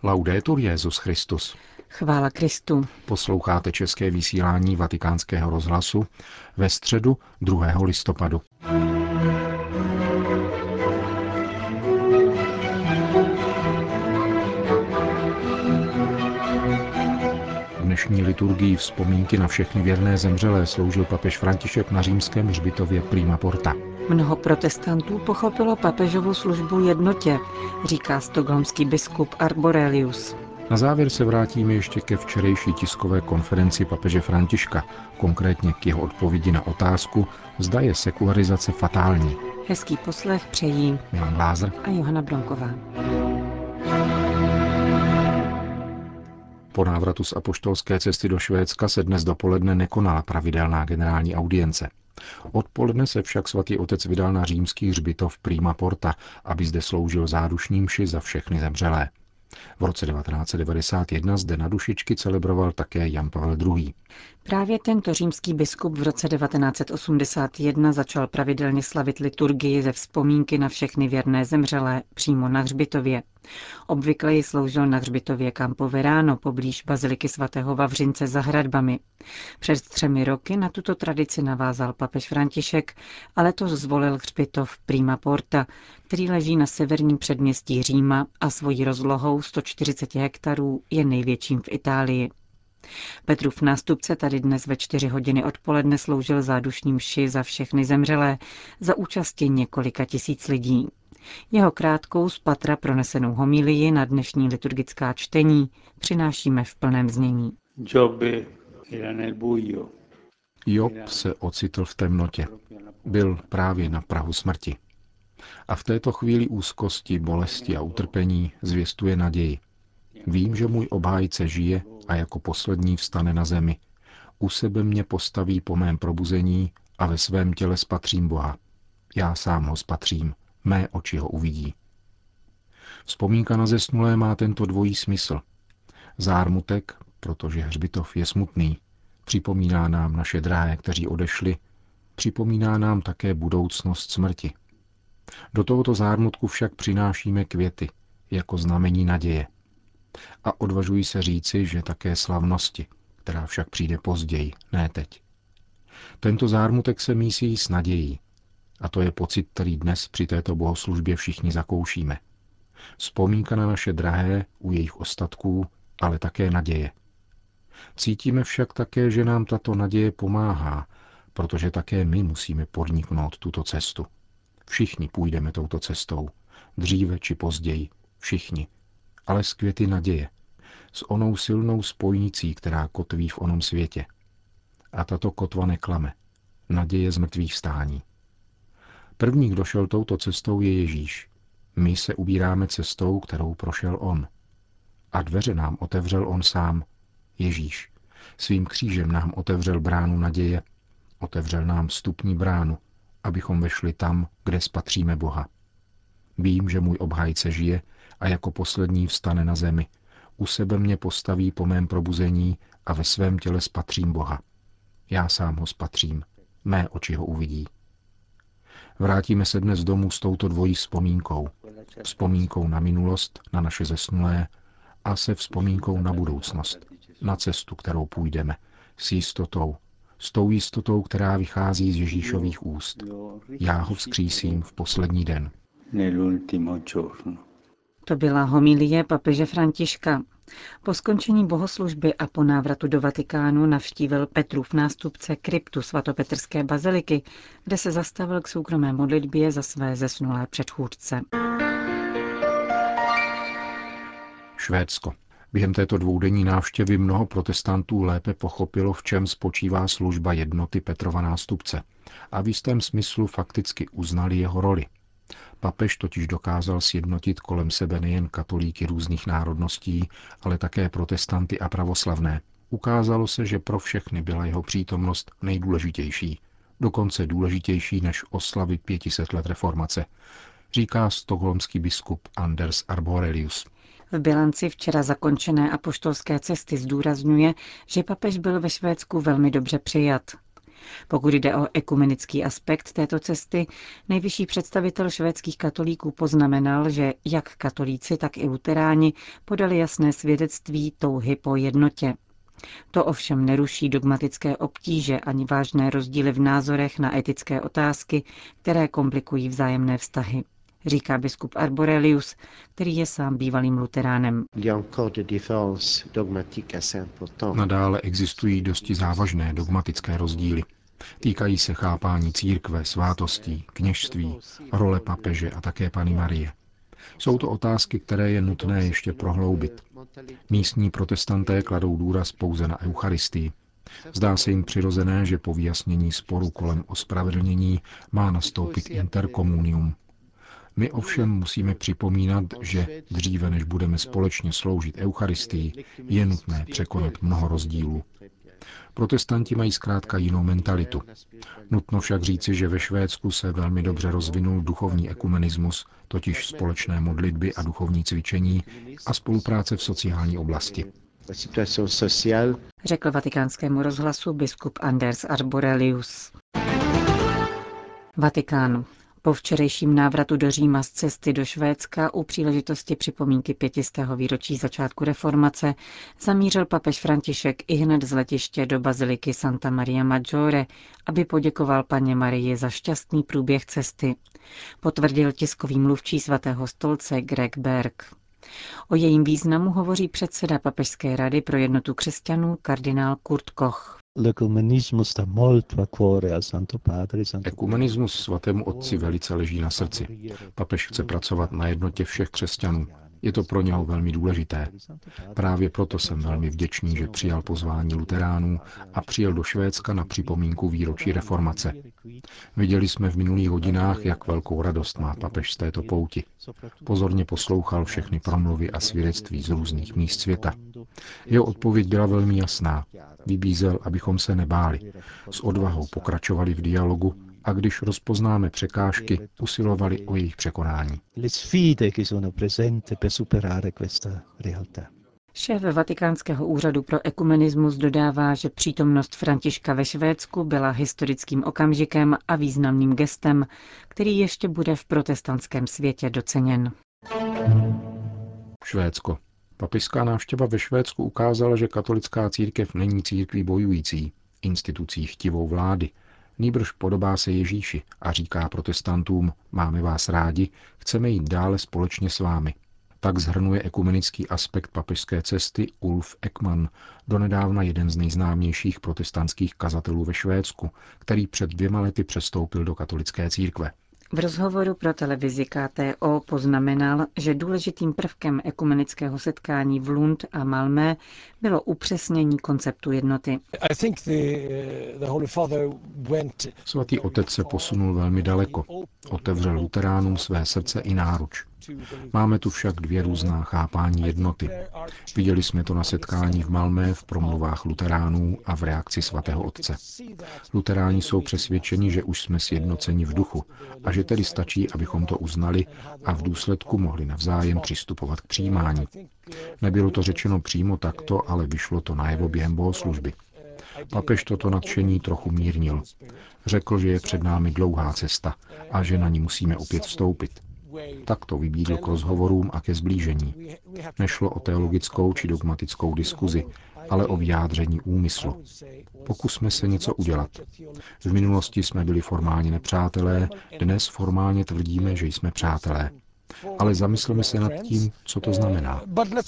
Laudetur Jesus Christus. Chvála Kristu. Posloucháte české vysílání Vatikánského rozhlasu ve středu 2. listopadu. Dnešní liturgii vzpomínky na všechny věrné zemřelé sloužil papež František na římském hřbitově Prima Porta. Mnoho protestantů pochopilo papežovu službu jednotě, říká stockholmský biskup Arborelius. Na závěr se vrátíme ještě ke včerejší tiskové konferenci papeže Františka, konkrétně k jeho odpovědi na otázku, zda je sekularizace fatální. Hezký poslech přejí Milan Glázer a Johana Bronková. Po návratu z apoštolské cesty do Švédska se dnes dopoledne nekonala pravidelná generální audience. Odpoledne se však svatý otec vydal na římský hřbitov Prima Porta, aby zde sloužil zádušní mši za všechny zemřelé. V roce 1991 zde na dušičky celebroval také Jan Pavel II. Právě tento římský biskup v roce 1981 začal pravidelně slavit liturgii ze vzpomínky na všechny věrné zemřelé přímo na hřbitově. Obvykle ji sloužil na hřbitově Campo Verano poblíž baziliky svatého Vavřince za hradbami. Před 3 roky na tuto tradici navázal papež František a letos zvolil hřbitov Prima Porta, který leží na severním předměstí Říma a svojí rozlohou 140 hektarů je největším v Itálii. Petrův nástupce tady dnes ve 4 hodiny odpoledne sloužil zádušní mši za všechny zemřelé za účasti několika tisíc lidí. Jeho krátkou z patra pronesenou homilii na dnešní liturgická čtení přinášíme v plném znění. Job se ocitl v temnotě. Byl právě na prahu smrti. A v této chvíli úzkosti, bolesti a utrpení zvěstuje naději. Vím, že můj obhájce žije a jako poslední vstane na zemi. U sebe mě postaví po mém probuzení a ve svém těle spatřím Boha. Já sám ho spatřím, mé oči ho uvidí. Vzpomínka na zesnulé má tento dvojí smysl. Zármutek, protože hřbitov je smutný, připomíná nám naše drahé, kteří odešli, připomíná nám také budoucnost smrti. Do tohoto zármutku však přinášíme květy, jako znamení naděje. A odvažuji se říci, že také slavnosti, která však přijde později, ne teď. Tento zármutek se mísí s nadějí. A to je pocit, který dnes při této bohoslužbě všichni zakoušíme. Vzpomínka na naše drahé u jejich ostatků, ale také naděje. Cítíme však také, že nám tato naděje pomáhá, protože také my musíme podniknout tuto cestu. Všichni půjdeme touto cestou, dříve či později, všichni, ale s květy naděje, s onou silnou spojnicí, která kotví v onom světě. A tato kotva neklame, naděje z mrtvých vstání. První, kdo šel touto cestou, je Ježíš. My se ubíráme cestou, kterou prošel on. A dveře nám otevřel on sám, Ježíš. Svým křížem nám otevřel bránu naděje, otevřel nám vstupní bránu, abychom vešli tam, kde spatříme Boha. Vím, že můj obhájce žije a jako poslední vstane na zemi. U sebe mě postaví po mém probuzení a ve svém těle spatřím Boha. Já sám ho spatřím, mé oči ho uvidí. Vrátíme se dnes domů s touto dvojí vzpomínkou. Vzpomínkou na minulost, na naše zesnulé a se vzpomínkou na budoucnost, na cestu, kterou půjdeme, s jistotou, s tou jistotou, která vychází z Ježíšových úst. Já ho vzkřísím v poslední den. To byla homilie papeže Františka. Po skončení bohoslužby a po návratu do Vatikánu navštívil Petrův nástupce kryptu svatopetrské baziliky, kde se zastavil k soukromé modlitbě za své zesnulé předchůdce. Švédsko. Během této dvoudenní návštěvy mnoho protestantů lépe pochopilo, v čem spočívá služba jednoty Petrova nástupce a v jistém smyslu fakticky uznali jeho roli. Papež totiž dokázal sjednotit kolem sebe nejen katolíky různých národností, ale také protestanty a pravoslavné. Ukázalo se, že pro všechny byla jeho přítomnost nejdůležitější, dokonce důležitější než oslavy 500 let reformace, říká stockholmský biskup Anders Arborelius. V bilanci včera zakončené apoštolské cesty zdůrazňuje, že papež byl ve Švédsku velmi dobře přijat. Pokud jde o ekumenický aspekt této cesty, nejvyšší představitel švédských katolíků poznamenal, že jak katolíci, tak i luteráni podali jasné svědectví touhy po jednotě. To ovšem neruší dogmatické obtíže ani vážné rozdíly v názorech na etické otázky, které komplikují vzájemné vztahy, říká biskup Arborelius, který je sám bývalým luteránem. Nadále existují dosti závažné dogmatické rozdíly. Týkají se chápání církve, svátostí, kněžství, role papeže a také Panny Marie. Jsou to otázky, které je nutné ještě prohloubit. Místní protestanté kladou důraz pouze na Eucharistii. Zdá se jim přirozené, že po vyjasnění sporu kolem ospravedlnění má nastoupit interkomunium. My ovšem musíme připomínat, že dříve než budeme společně sloužit Eucharistii, je nutné překonat mnoho rozdílů. Protestanti mají zkrátka jinou mentalitu. Nutno však říci, že ve Švédsku se velmi dobře rozvinul duchovní ekumenismus, totiž společné modlitby a duchovní cvičení a spolupráce v sociální oblasti. Řekl Vatikánskému rozhlasu biskup Anders Arborelius. Vatikán. Po včerejším návratu do Říma z cesty do Švédska u příležitosti připomínky 500. výročí začátku reformace zamířil papež František ihned z letiště do baziliky Santa Maria Maggiore, aby poděkoval Panně Marii za šťastný průběh cesty, potvrdil tiskový mluvčí Svatého stolce Greg Berg. O jejím významu hovoří předseda Papežské rady pro jednotu křesťanů kardinál Kurt Koch. Ekumenismus svatému otci velice leží na srdci. Papež chce pracovat na jednotě všech křesťanů. Je to pro něho velmi důležité. Právě proto jsem velmi vděčný, že přijal pozvání luteránů a přijel do Švédska na připomínku výročí reformace. Viděli jsme v minulých hodinách, jak velkou radost má papež z této pouti. Pozorně poslouchal všechny promluvy a svědectví z různých míst světa. Jeho odpověď byla velmi jasná. Vybízel, abychom se nebáli. S odvahou pokračovali v dialogu a když rozpoznáme překážky, usilovali o jejich překonání. Šéf Vatikánského úřadu pro ekumenismus dodává, že přítomnost Františka ve Švédsku byla historickým okamžikem a významným gestem, který ještě bude v protestantském světě doceněn. Švédsko. Papežská návštěva ve Švédsku ukázala, že katolická církev není církví bojující, institucí chtivou vlády. Nýbrž podobá se Ježíši a říká protestantům, máme vás rádi, chceme jít dále společně s vámi. Tak shrnuje ekumenický aspekt papežské cesty Ulf Ekman, donedávna jeden z nejznámějších protestantských kazatelů ve Švédsku, který před 2 lety přestoupil do katolické církve. V rozhovoru pro televizi KTO poznamenal, že důležitým prvkem ekumenického setkání v Lund a Malmö bylo upřesnění konceptu jednoty. Svatý otec se posunul velmi daleko. Otevřel luteránům své srdce i náruč. Máme tu však 2 různá chápání jednoty. Viděli jsme to na setkání v Malmö v promluvách luteránů a v reakci svatého otce. Luteráni jsou přesvědčeni, že už jsme sjednoceni v duchu a že tedy stačí, abychom to uznali a v důsledku mohli navzájem přistupovat k přijímání. Nebylo to řečeno přímo takto, ale vyšlo to najevo během bohoslužby. Papež toto nadšení trochu mírnil. Řekl, že je před námi dlouhá cesta a že na ní musíme opět vstoupit. Tak to vybídl k rozhovorům a ke zblížení. Nešlo o teologickou či dogmatickou diskuzi, ale o vyjádření úmyslu. Pokusme se něco udělat. V minulosti jsme byli formálně nepřátelé, dnes formálně tvrdíme, že jsme přátelé. Ale zamysleme se nad tím, co to znamená.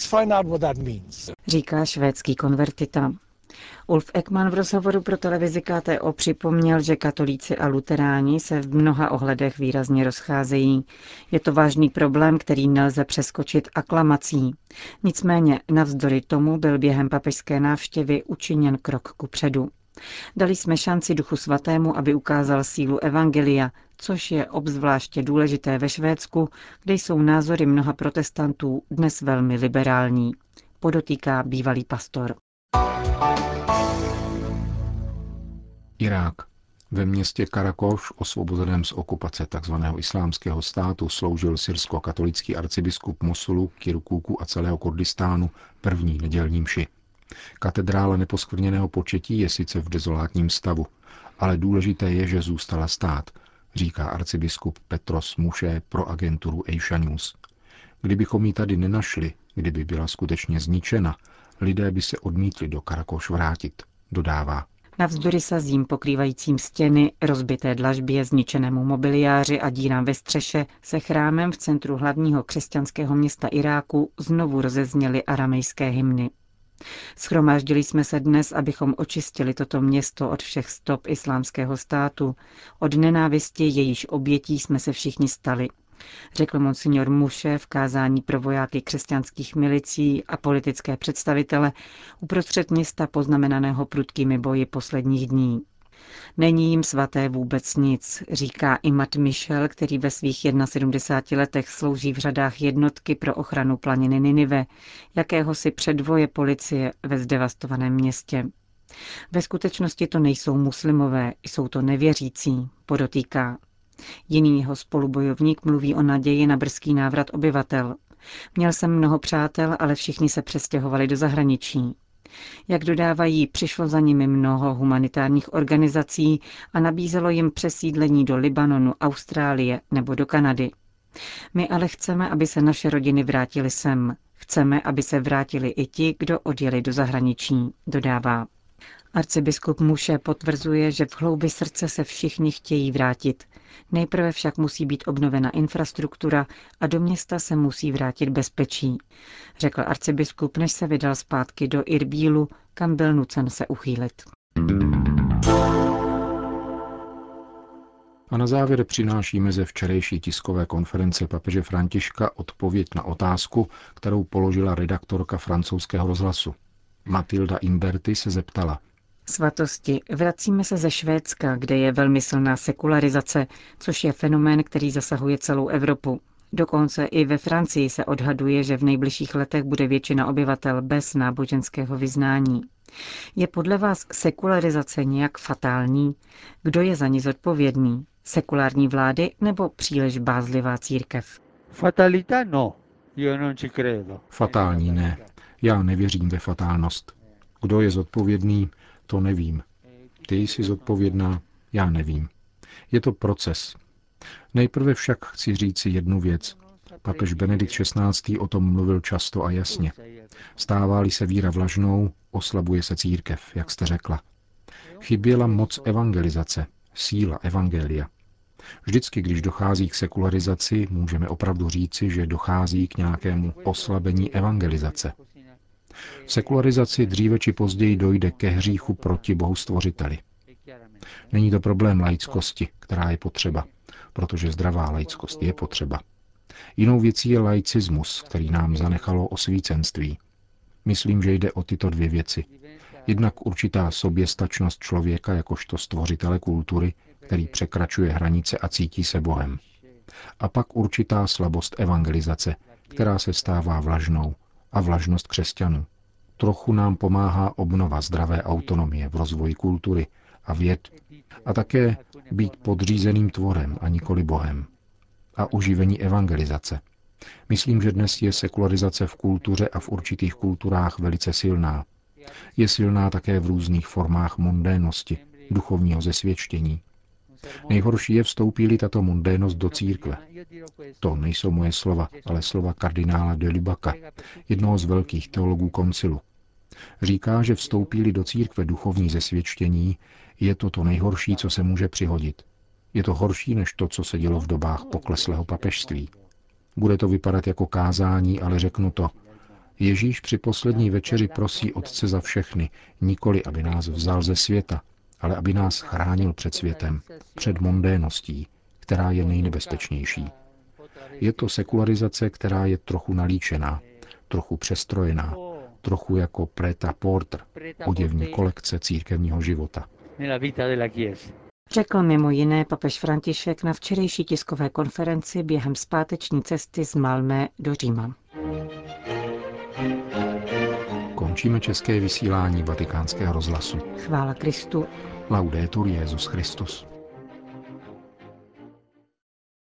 Říká švédský konvertita. Ulf Ekman v rozhovoru pro televizi KTO připomněl, že katolíci a luteráni se v mnoha ohledech výrazně rozcházejí. Je to vážný problém, který nelze přeskočit aklamací. Nicméně navzdory tomu byl během papežské návštěvy učiněn krok kupředu. Dali jsme šanci Duchu Svatému, aby ukázal sílu evangelia, což je obzvláště důležité ve Švédsku, kde jsou názory mnoha protestantů dnes velmi liberální, podotýká bývalý pastor. Irák. Ve městě Karakoš, osvobozeném z okupace tzv. Islámského státu, sloužil syrsko-katolický arcibiskup Mosulu, Kirkuku a celého Kurdistánu první nedělní mši. Katedrála neposkvrněného početí je sice v dezolátním stavu, ale důležité je, že zůstala stát, říká arcibiskup Petros Muše pro agenturu Asia News. Kdybychom ji tady nenašli, kdyby byla skutečně zničena, lidé by se odmítli do Karakoš vrátit, dodává. Navzdory sazím pokrývajícím stěny, rozbité dlažbě, zničenému mobiliáři a dírám ve střeše se chrámem v centru hlavního křesťanského města Iráku znovu rozezněly aramejské hymny. Shromáždili jsme se dnes, abychom očistili toto město od všech stop islámského státu, od nenávisti, jejíž obětí jsme se všichni stali, řekl monsignor Muše v kázání pro vojáky křesťanských milicí a politické představitele uprostřed města poznamenaného prudkými boji posledních dní. Není jim svaté vůbec nic, říká Imad Michel, který ve svých 71 letech slouží v řadách jednotky pro ochranu planiny Ninive, jakéhosi předvoje policie ve zdevastovaném městě. Ve skutečnosti to nejsou muslimové, jsou to nevěřící, podotýká. Jiný jeho spolubojovník mluví o naději na brzký návrat obyvatel. Měl jsem mnoho přátel, ale všichni se přestěhovali do zahraničí. Jak dodávají, přišlo za nimi mnoho humanitárních organizací a nabízelo jim přesídlení do Libanonu, Austrálie nebo do Kanady. My ale chceme, aby se naše rodiny vrátily sem. Chceme, aby se vrátili i ti, kdo odjeli do zahraničí, dodává. Arcibiskup Muše potvrzuje, že v hloubi srdce se všichni chtějí vrátit. Nejprve však musí být obnovena infrastruktura a do města se musí vrátit bezpečí, řekl arcibiskup, než se vydal zpátky do Irbílu, kam byl nucen se uchýlit. A na závěr přinášíme ze včerejší tiskové konference papeže Františka odpověď na otázku, kterou položila redaktorka francouzského rozhlasu. Matilda Imberti se zeptala. Svatosti, vracíme se ze Švédska, kde je velmi silná sekularizace, což je fenomén, který zasahuje celou Evropu. Dokonce i ve Francii se odhaduje, že v nejbližších letech bude většina obyvatel bez náboženského vyznání. Je podle vás sekularizace nějak fatální? Kdo je za ní zodpovědný? Sekulární vlády nebo příliš bázlivá církev? Fatalità no, io non ci credo. Fatální ne. Já nevěřím ve fatálnost. Kdo je zodpovědný, to nevím. Ty jsi zodpovědná, já nevím. Je to proces. Nejprve však chci říci jednu věc. Papež Benedikt XVI. O tom mluvil často a jasně. Stává-li se víra vlažnou, oslabuje se církev, jak jste řekla. Chyběla moc evangelizace, síla evangelia. Vždycky, když dochází k sekularizaci, můžeme opravdu říci, že dochází k nějakému oslabení evangelizace. V sekularizaci dříve či později dojde ke hříchu proti Bohu Stvořiteli. Není to problém laickosti, která je potřeba, protože zdravá laickost je potřeba. Jinou věcí je laicismus, který nám zanechalo osvícenství. Myslím, že jde o tyto dvě věci. Jednak určitá soběstačnost člověka jakožto stvořitele kultury, který překračuje hranice a cítí se Bohem. A pak určitá slabost evangelizace, která se stává vlažnou, a vlažnost křesťanů. Trochu nám pomáhá obnova zdravé autonomie v rozvoji kultury a věd a také být podřízeným tvorem a nikoli Bohem. A uživení evangelizace. Myslím, že dnes je sekularizace v kultuře a v určitých kulturách velice silná. Je silná také v různých formách mondénnosti, duchovního zesvědčení. Nejhorší je, vstoupí-li tato mondénost do církve. To nejsou moje slova, ale slova kardinála de Lubaka, jednoho z velkých teologů koncilu. Říká, že vstoupí-li do církve duchovní zesvědčení, je to nejhorší, co se může přihodit. Je to horší než to, co se dělo v dobách pokleslého papežství. Bude to vypadat jako kázání, ale řeknu to. Ježíš při poslední večeři prosí Otce za všechny, nikoli aby nás vzal ze světa, ale aby nás chránil před světem, před mondéností, která je nejnebezpečnější. Je to sekularizace, která je trochu nalíčená, trochu přestrojená, trochu jako prêt-à-porter, oděvní kolekce církevního života. Řekl mimo jiné papež František na včerejší tiskové konferenci během zpáteční cesty z Malmö do Říma. Končíme české vysílání Vatikánského rozhlasu. Chvála Kristu. Laudetur Jesus Christus.